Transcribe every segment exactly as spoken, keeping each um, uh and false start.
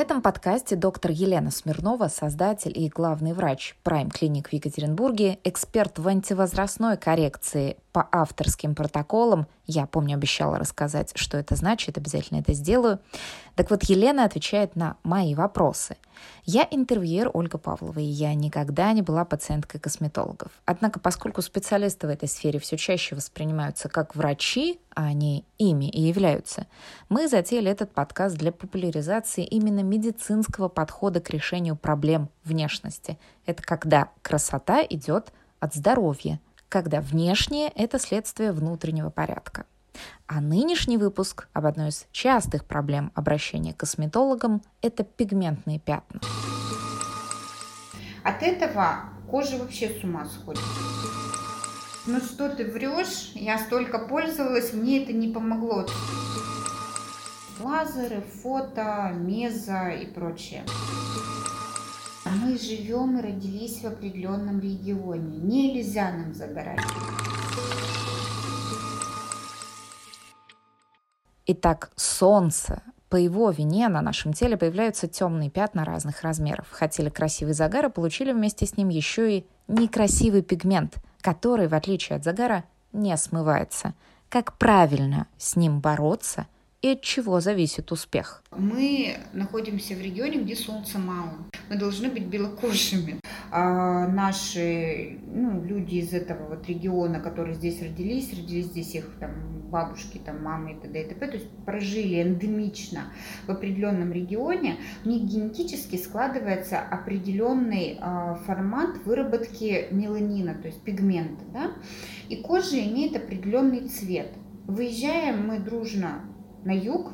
этом подкасте доктор Елена Смирнова, создатель и главный врач Prime Clinic в Екатеринбурге, эксперт в антивозрастной коррекции по авторским протоколам. Я, помню, обещала рассказать, что это значит, обязательно это сделаю. Так вот, Елена отвечает на мои вопросы. Я интервьюер Ольга Павлова, и я никогда не была пациенткой косметологов. Однако, поскольку специалисты в этой сфере все чаще воспринимаются как врачи, а они ими и являются, мы затеяли этот подкаст для популяризации именно медицинского подхода к решению проблем внешности. Это когда красота идет от здоровья, когда внешнее – это следствие внутреннего порядка. А нынешний выпуск об одной из частых проблем обращения к косметологам – это пигментные пятна. От этого кожа вообще с ума сходит. Ну что ты врешь? Я столько пользовалась, мне это не помогло. Лазеры, фото, мезо и прочее. Мы живем и родились в определенном регионе. Нельзя нам загорать. Итак, солнце. По его вине на нашем теле появляются темные пятна разных размеров. Хотели красивый загар, и получили вместе с ним еще и некрасивый пигмент, который, в отличие от загара, не смывается. Как правильно с ним бороться и от чего зависит успех? Мы находимся в регионе, где солнца мало. Мы должны быть белокожими. А наши ну, люди из этого вот региона, которые здесь родились, родились здесь их там, бабушки, там, мамы и т.д. и т.п., то есть прожили эндемично в определенном регионе, у них генетически складывается определенный а, формат выработки меланина, то есть пигмента, да? И кожа имеет определенный цвет. Выезжаем мы дружно на юг,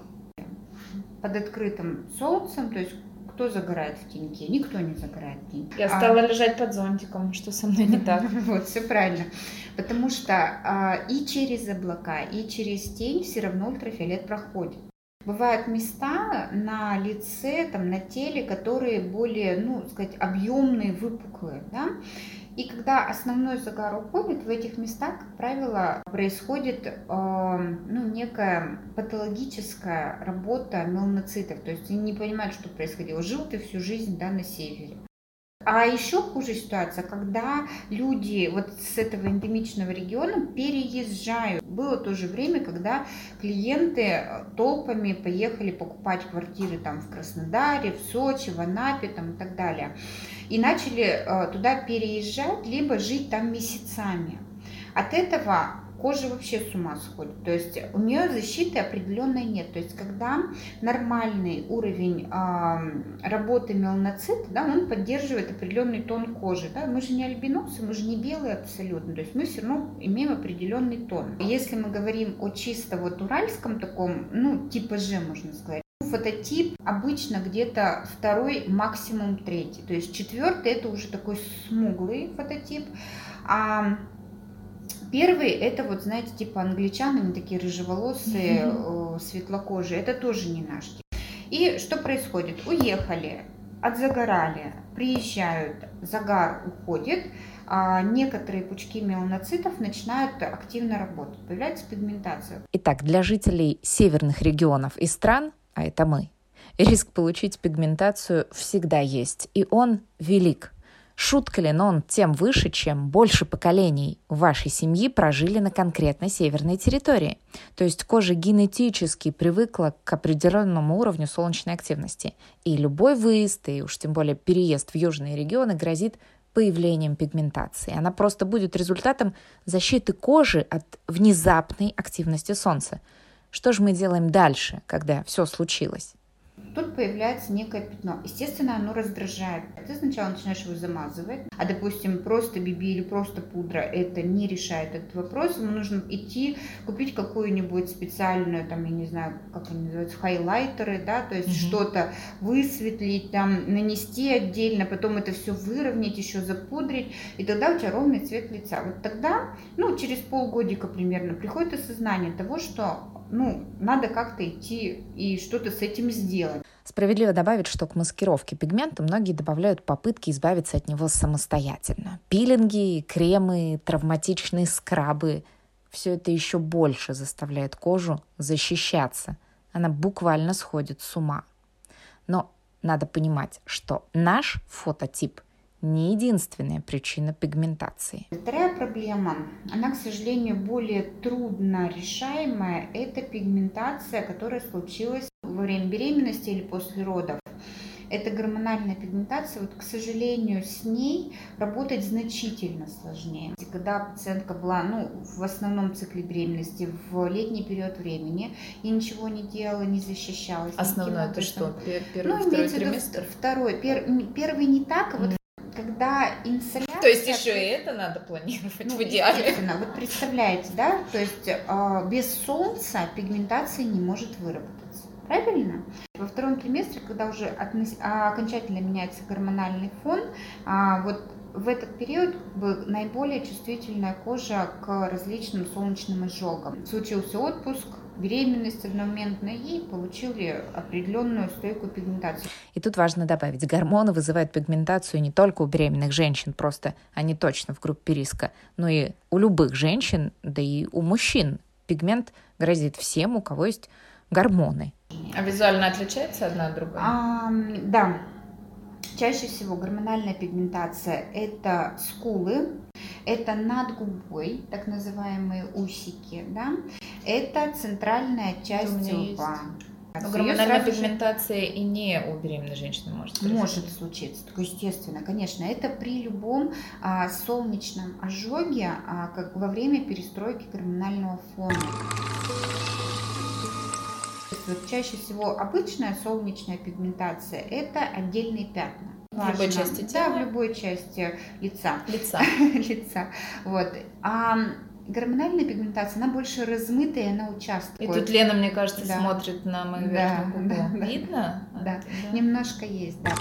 под открытым солнцем, то есть кто загорает в теньке? Никто не загорает в теньке. Я стала а... лежать под зонтиком, что со мной не так. Вот, все правильно. Потому что а, и через облака, и через тень все равно ультрафиолет проходит. Бывают места на лице, там, на теле, которые более, ну, сказать, объемные, выпуклые, да? И когда основной загар уходит, в этих местах, как правило, происходит э, ну, некая патологическая работа меланоцитов. То есть они не понимают, что происходило. Жил ты всю жизнь, да, на севере. А еще хуже ситуация, когда люди вот с этого эндемичного региона переезжают. Было тоже время, когда клиенты толпами поехали покупать квартиры там в Краснодаре, в Сочи, в Анапе там, и так далее. И начали э, туда переезжать, либо жить там месяцами. От этого кожа вообще с ума сходит. То есть у нее защиты определенной нет. То есть когда нормальный уровень э, работы меланоцита, да, он поддерживает определенный тон кожи. Да? Мы же не альбиносы, мы же не белые абсолютно. То есть мы все равно имеем определенный тон. Если мы говорим о чисто вот уральском таком, ну типа Ж, можно сказать, фототип обычно где-то второй, максимум третий. То есть четвертый это уже такой смуглый фототип. А первый это вот, знаете, типа англичан, они такие рыжеволосые, mm-hmm. светлокожие. Это тоже не наш тип. И что происходит? Уехали, отзагорали, приезжают, загар уходит, а некоторые пучки меланоцитов начинают активно работать. Появляется пигментация. Итак, для жителей северных регионов и стран, а это мы, риск получить пигментацию всегда есть, и он велик. Шутка ли, но он тем выше, чем больше поколений вашей семьи прожили на конкретной северной территории. То есть кожа генетически привыкла к определенному уровню солнечной активности. И любой выезд, и уж тем более переезд в южные регионы грозит появлением пигментации. Она просто будет результатом защиты кожи от внезапной активности солнца. Что же мы делаем дальше, когда все случилось? Тут появляется некое пятно. Естественно, оно раздражает. Ты сначала начинаешь его замазывать, а, допустим, просто би би или просто пудра это не решает этот вопрос. Ему нужно идти купить какую-нибудь специальную, там, я не знаю, как они называются, хайлайтеры, да, то есть mm-hmm. что-то высветлить, там, нанести отдельно, потом это все выровнять, еще запудрить, и тогда у тебя ровный цвет лица. Вот тогда, ну, через полгодика примерно приходит осознание того, что ну, надо как-то идти и что-то с этим сделать. Справедливо добавить, что к маскировке пигмента многие добавляют попытки избавиться от него самостоятельно. Пилинги, кремы, травматичные скрабы – все это еще больше заставляет кожу защищаться. Она буквально сходит с ума. Но Надо понимать, что наш фототип не единственная причина пигментации. Вторая проблема, она, к сожалению, более трудно решаемая, это пигментация, которая случилась во время беременности или после родов. Это гормональная пигментация, вот, к сожалению, с ней работать значительно сложнее. Когда пациентка была, ну, в основном цикле беременности, в летний период времени, я ничего не делала, не защищалась. Основное это что? Первый, ну, второй триместр? Второй, пер, первый не так, а вот mm. когда инсоляция... То есть еще и это надо планировать, ну, в идеале. Вот представляете, да, то есть э, без солнца пигментация не может выработаться. Правильно? Во втором триместре, когда уже относ... окончательно меняется гормональный фон, а, вот в этот период как бы, наиболее чувствительная кожа к различным солнечным изжогам. Случился отпуск, беременность одномоментно и получили определенную стойкую пигментацию. И тут важно добавить, гормоны вызывают пигментацию не только у беременных женщин, просто они точно в группе риска, но и у любых женщин, да и у мужчин. Пигмент грозит всем, у кого есть гормоны. А визуально отличается одна от другой? А, да. Чаще всего гормональная пигментация – это скулы, это над губой, так называемые усики, да? Это центральная часть лба. Но гормональная пигментация и не у беременной женщины может случиться. Может случиться, так, естественно, конечно. Это при любом а, солнечном ожоге а, как во время перестройки гормонального фона. Вот чаще всего обычная солнечная пигментация – это отдельные пятна. В любой части тела? Да, в любой части лица. Лица. лица. Вот. А гормональная пигментация, она больше размытая, она участвует. И тут Лена, мне кажется, да. смотрит на мою да, верхнюю губу. Да, Видно? Да. Да. да, немножко есть, да.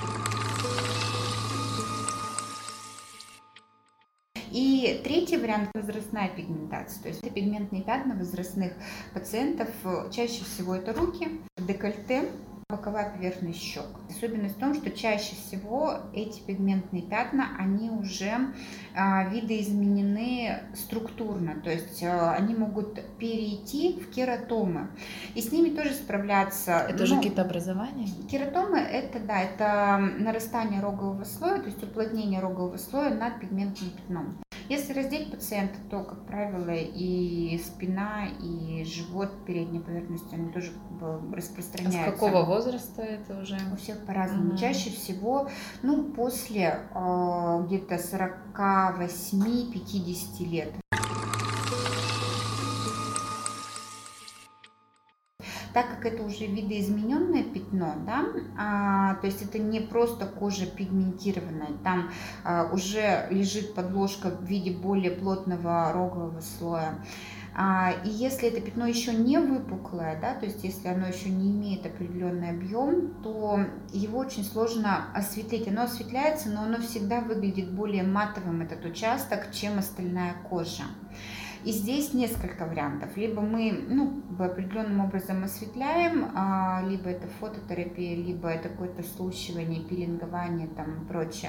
И третий вариант – возрастная пигментация. То есть это пигментные пятна возрастных пациентов. Чаще всего это руки, декольте, боковая поверхность щек. Особенность в том, что чаще всего эти пигментные пятна, они уже а, видоизменены структурно, то есть а, они могут перейти в кератомы. И с ними тоже справляться. Это ну, же какие-то образования? Кератомы – это, да, это нарастание рогового слоя, то есть уплотнение рогового слоя над пигментным пятном. Если раздеть пациента, то, как правило, и спина, и живот, передняя поверхность, они тоже как бы распространяются. А с какого возраста это уже? У всех по-разному. Mm-hmm. Чаще всего, ну, после э, где-то сорока восьми - пятидесяти лет. Так как это уже видоизмененное пятно, да, а, то есть это не просто кожа пигментированная, там а, уже лежит подложка в виде более плотного рогового слоя. А, и если это пятно еще не выпуклое, да, то есть если оно еще не имеет определенный объем, то его очень сложно осветлить. Оно осветляется, но оно всегда выглядит более матовым, этот участок, чем остальная кожа. И здесь несколько вариантов. Либо мы ну, определенным образом осветляем, либо это фототерапия, либо это какое-то слущивание, пилингование там, и прочее.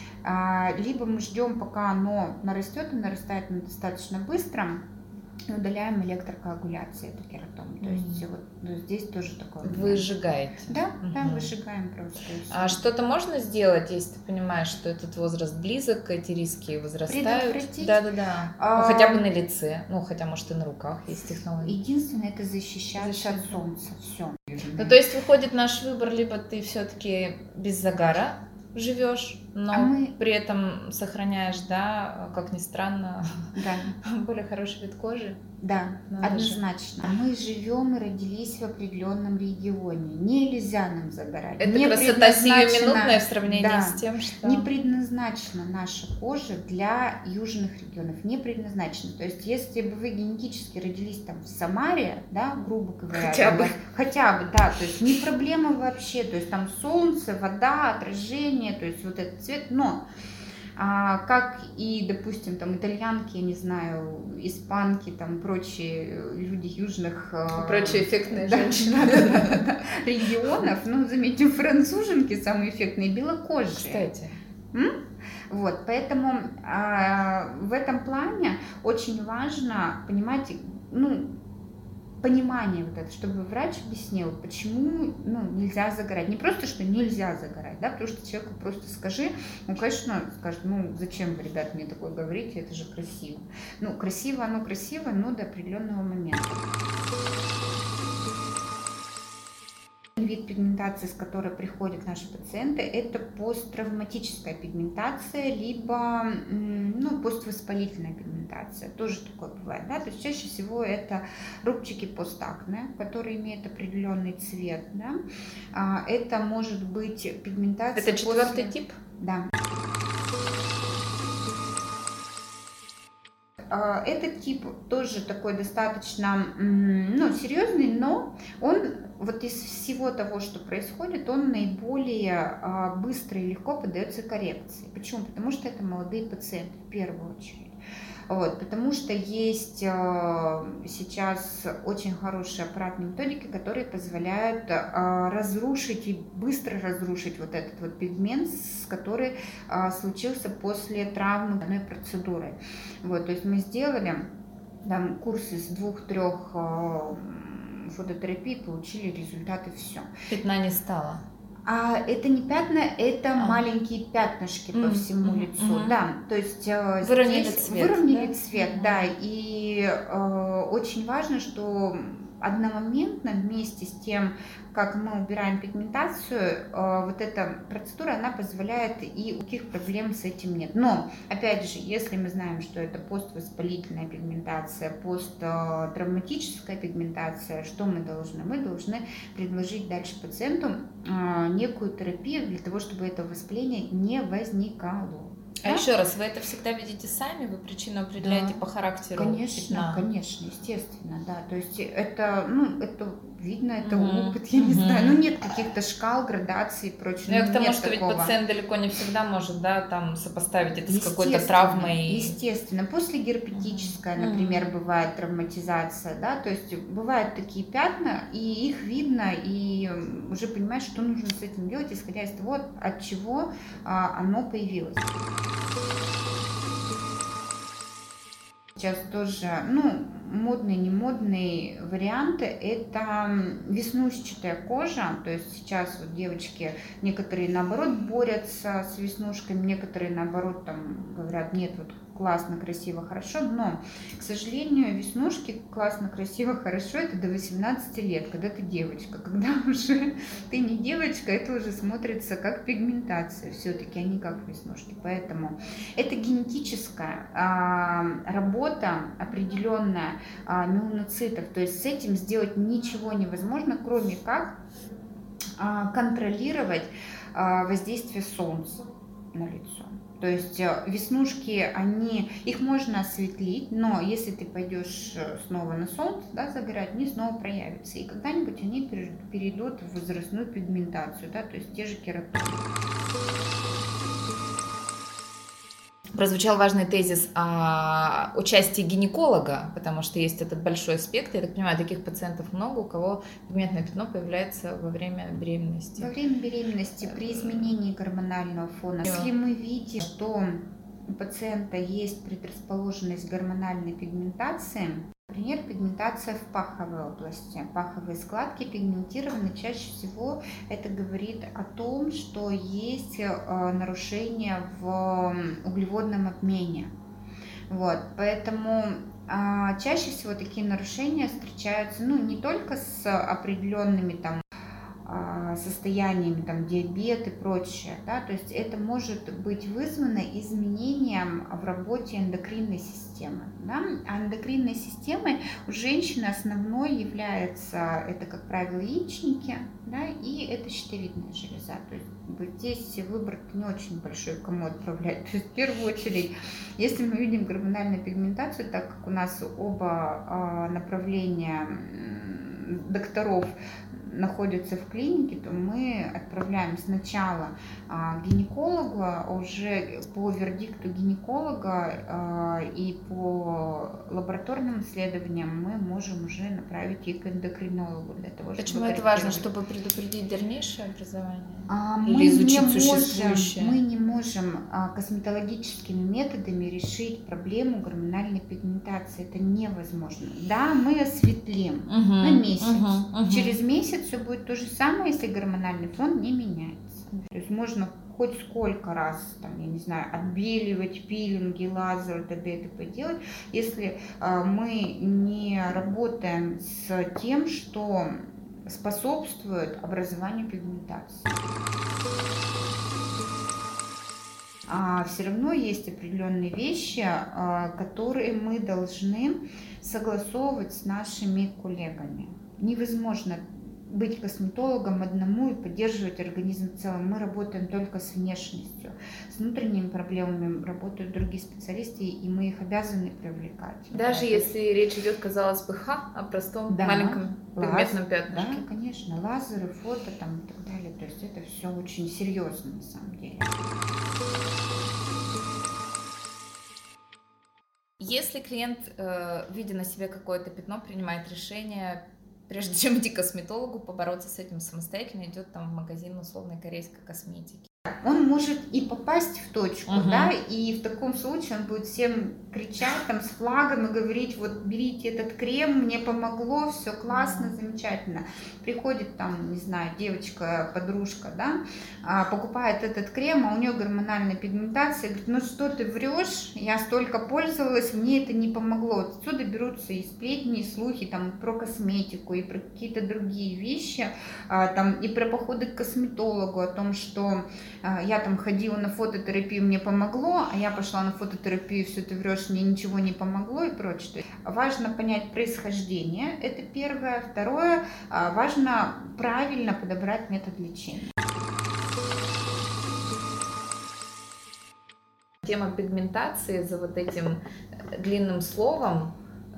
Либо мы ждем, пока оно нарастет, и нарастает оно достаточно быстро, и удаляем электрокоагуляцией эту кератому. То mm-hmm. есть вот ну, здесь тоже такое. Вы сжигаете? Да, mm-hmm. да, выжигаем просто. А что-то можно сделать, если ты понимаешь, что этот возраст близок, эти риски возрастают? Да-да-да. А... Ну, хотя бы на лице, ну хотя может и на руках есть технологии. Единственное, это защищаться Защита. от солнца. Все. Ну то есть выходит наш выбор, либо ты все-таки без загара живешь, но а мы... при этом сохраняешь, да, как ни странно, да. более хороший вид кожи. Да, Надо однозначно. Же. Мы живем и родились в определенном регионе. Нельзя нам загорать. Это не красота сиюминутная в сравнении да, с тем, что... Не предназначена наша кожа для южных регионов. Не предназначена. То есть, если бы вы генетически родились там в Самаре, да, грубо говоря... Хотя бы. Хотя бы, да. То есть, не проблема вообще. То есть, там солнце, вода, отражение, то есть, вот этот цвет. Но... А, как и, допустим, там итальянки, я не знаю, испанки, там прочие люди южных... Прочие эффектные да, женщины. Да, да, да, регионов, ну, заметьте, француженки самые эффектные, белокожие. Кстати. М? Вот, поэтому а, в этом плане очень важно понимать, ну, понимание вот это, чтобы врач объяснил, почему ну, нельзя загорать. Не просто, что нельзя загорать, да, потому что человеку просто скажи, ну, конечно, скажет, ну, зачем вы, ребят, мне такое говорите, это же красиво. Ну, красиво, оно красиво, но до определенного момента. Вид пигментации, с которой приходят наши пациенты, это посттравматическая пигментация, либо ну, поствоспалительная пигментация. Тоже такое бывает. Да? То есть чаще всего это рубчики постакне, которые имеют определенный цвет. Да? Это может быть пигментация... Это четвертый после... тип? Да. Этот тип тоже такой достаточно ну, серьезный, но он вот из всего того, что происходит, он наиболее быстро и легко поддается коррекции. Почему? Потому что это молодые пациенты в первую очередь. Вот, потому что есть сейчас очень хорошие аппаратные методики, которые позволяют разрушить и быстро разрушить вот этот вот пигмент, который случился после травмы одной процедуры. Вот, то есть мы сделали там курс из двух-трех фототерапий, получили результаты, все. Пятна не стало. А это не пятна, это а. маленькие пятнышки mm-hmm. по всему mm-hmm. лицу, mm-hmm. да, то есть выровняли здесь цвет, выровняли да? цвет, mm-hmm. да, и э, очень важно, что одномоментно вместе с тем, как мы убираем пигментацию, э, вот эта процедура, она позволяет, и никаких проблем с этим нет. Но, опять же, если мы знаем, что это поствоспалительная пигментация, посттравматическая пигментация, что мы должны? Мы должны предложить дальше пациенту э, некую терапию для того, чтобы этого воспаления не возникало. А да? Еще раз, вы это всегда видите сами, вы причину определяете да. по характеру конечно, пятна? Конечно, естественно, да. То есть это, ну, это видно, это mm-hmm. опыт, я не mm-hmm. знаю. Ну, нет каких-то шкал, градаций и прочего. Ну, я к тому, что такого. Ведь пациент далеко не всегда может, да, там сопоставить это с какой-то травмой. Естественно. После герпетическая, mm-hmm. например, бывает травматизация, да, то есть бывают такие пятна, и их видно, и уже понимаешь, что нужно с этим делать, исходя из того, от чего а, оно появилось. Сейчас тоже, ну, модные, не модные варианты, это веснушчатая кожа, то есть сейчас вот девочки, некоторые наоборот борются с веснушками, некоторые наоборот там говорят, нет, вот классно, красиво, хорошо, но, к сожалению, веснушки классно, красиво, хорошо, это до восемнадцати лет, когда ты девочка, когда уже ты не девочка, это уже смотрится как пигментация все-таки, а не как веснушки, поэтому это генетическая а, работа определенная а, меланоцитов, то есть с этим сделать ничего невозможно, кроме как а, контролировать а, воздействие солнца на лицо. То есть веснушки, они, их можно осветлить, но если ты пойдешь снова на солнце, да, загорать, они снова проявятся. И когда-нибудь они перейдут в возрастную пигментацию, да, то есть те же кератоны. Прозвучал важный тезис о участии гинеколога, потому что есть этот большой аспект. Я так понимаю, таких пациентов много, у кого пигментное пятно появляется во время беременности. Во время беременности при изменении гормонального фона. Если мы видим, что у пациента есть предрасположенность к гормональной пигментации, например, пигментация в паховой области, паховые складки пигментированы, чаще всего это говорит о том, что есть нарушение в углеводном обмене. Вот, поэтому а, чаще всего такие нарушения встречаются, ну, не только с определенными там состояниями, там, диабет и прочее, да, то есть это может быть вызвано изменением в работе эндокринной системы, да? А эндокринной системой у женщины основной является, это, как правило, яичники, да, и это щитовидная железа, то есть вот здесь выбор не очень большой, кому отправлять, то есть в первую очередь, если мы видим гормональную пигментацию, так как у нас оба направления докторов находятся в клинике, то мы отправляем сначала а, гинекологу, а уже по вердикту гинеколога а, и по лабораторным исследованиям мы можем уже направить их к эндокринологу для того, чтобы... Почему это важно, чтобы предупредить дальнейшее образование? А, Или мы изучить не существующее? Можем, мы не можем а, косметологическими методами решить проблему гормональной пигментации. Это невозможно. Да, мы осветлим uh-huh, на месяц. Uh-huh, uh-huh. Через месяц все будет то же самое, если гормональный фон не меняется. То есть можно хоть сколько раз, там, я не знаю, отбеливать, пилинги, лазер, т.д. и т.п. делать, если а, мы не работаем с тем, что способствует образованию пигментации. А все равно есть определенные вещи, а, которые мы должны согласовывать с нашими коллегами. Невозможно быть косметологом одному и поддерживать организм в целом. Мы работаем только с внешностью. С внутренними проблемами работают другие специалисты, и мы их обязаны привлекать. Даже да, если есть... речь идет, казалось бы, ха, о простом да, маленьком пигментном лаз... пятнышке. Да, конечно, лазеры, фото там, и так далее. То есть это все очень серьезно на самом деле. Если клиент, э, видя на себе какое-то пятно, принимает решение, прежде чем идти к косметологу, побороться с этим самостоятельно, идет там в магазин условной корейской косметики. Он может и попасть в точку, uh-huh. да, и в таком случае он будет всем кричать там с флагом и говорить: вот берите этот крем, мне помогло, все классно, uh-huh. замечательно. Приходит там, не знаю, девочка, подружка, да, покупает этот крем, а у нее гормональная пигментация, говорит: ну что ты врешь, я столько пользовалась, мне это не помогло. Отсюда берутся и сплетни, и слухи там про косметику, и про какие-то другие вещи, там, и про походы к косметологу, о том, что я там ходила на фототерапию, мне помогло, а я пошла на фототерапию, все ты врешь, мне ничего не помогло и прочее. Важно понять происхождение, это первое. Второе, важно правильно подобрать метод лечения. Тема пигментации за вот этим длинным словом,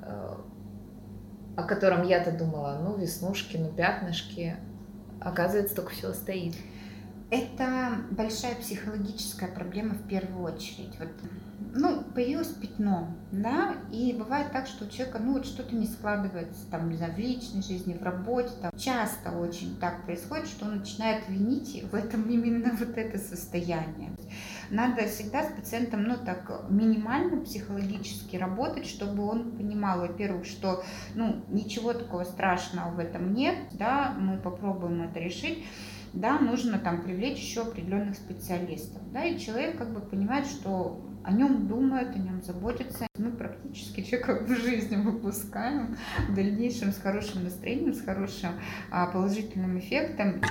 о котором я-то думала, ну веснушки, ну пятнышки, оказывается, только все стоит. Это большая психологическая проблема в первую очередь. Вот, ну, появилось пятно, да, и бывает так, что у человека, ну, вот что-то не складывается, там, не знаю, в личной жизни, в работе, там, часто очень так происходит, что он начинает винить в этом именно вот это состояние. Надо всегда с пациентом, ну, так, минимально психологически работать, чтобы он понимал, во-первых, что, ну, ничего такого страшного в этом нет, да, мы попробуем это решить. Да, нужно там привлечь еще определенных специалистов, да, и человек как бы понимает, что о нем думают, о нем заботятся. Мы практически человека в жизни выпускаем в дальнейшем с хорошим настроением, с хорошим а, положительным эффектом.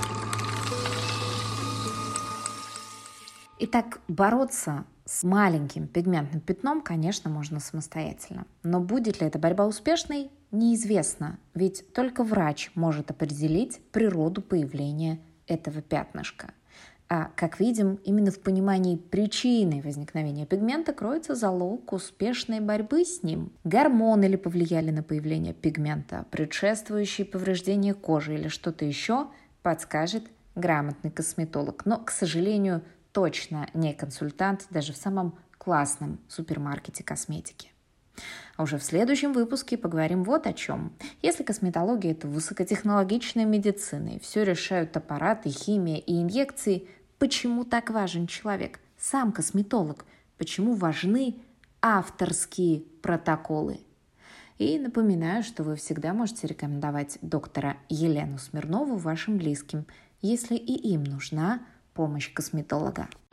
Итак, бороться с маленьким пигментным пятном, конечно, можно самостоятельно. Но будет ли эта борьба успешной, неизвестно, ведь только врач может определить природу появления этого пятнышка. А, как видим, именно в понимании причины возникновения пигмента кроется залог успешной борьбы с ним. Гормоны ли повлияли на появление пигмента, предшествующие повреждения кожи или что-то еще, подскажет грамотный косметолог. Но, к сожалению, точно не консультант даже в самом классном супермаркете косметики. А уже в следующем выпуске поговорим вот о чем. Если косметология – это высокотехнологичная медицина, и все решают аппараты, химия и инъекции, почему так важен человек, сам косметолог? Почему важны авторские протоколы? И напоминаю, что вы всегда можете рекомендовать доктора Елену Смирнову вашим близким, если и им нужна помощь косметолога.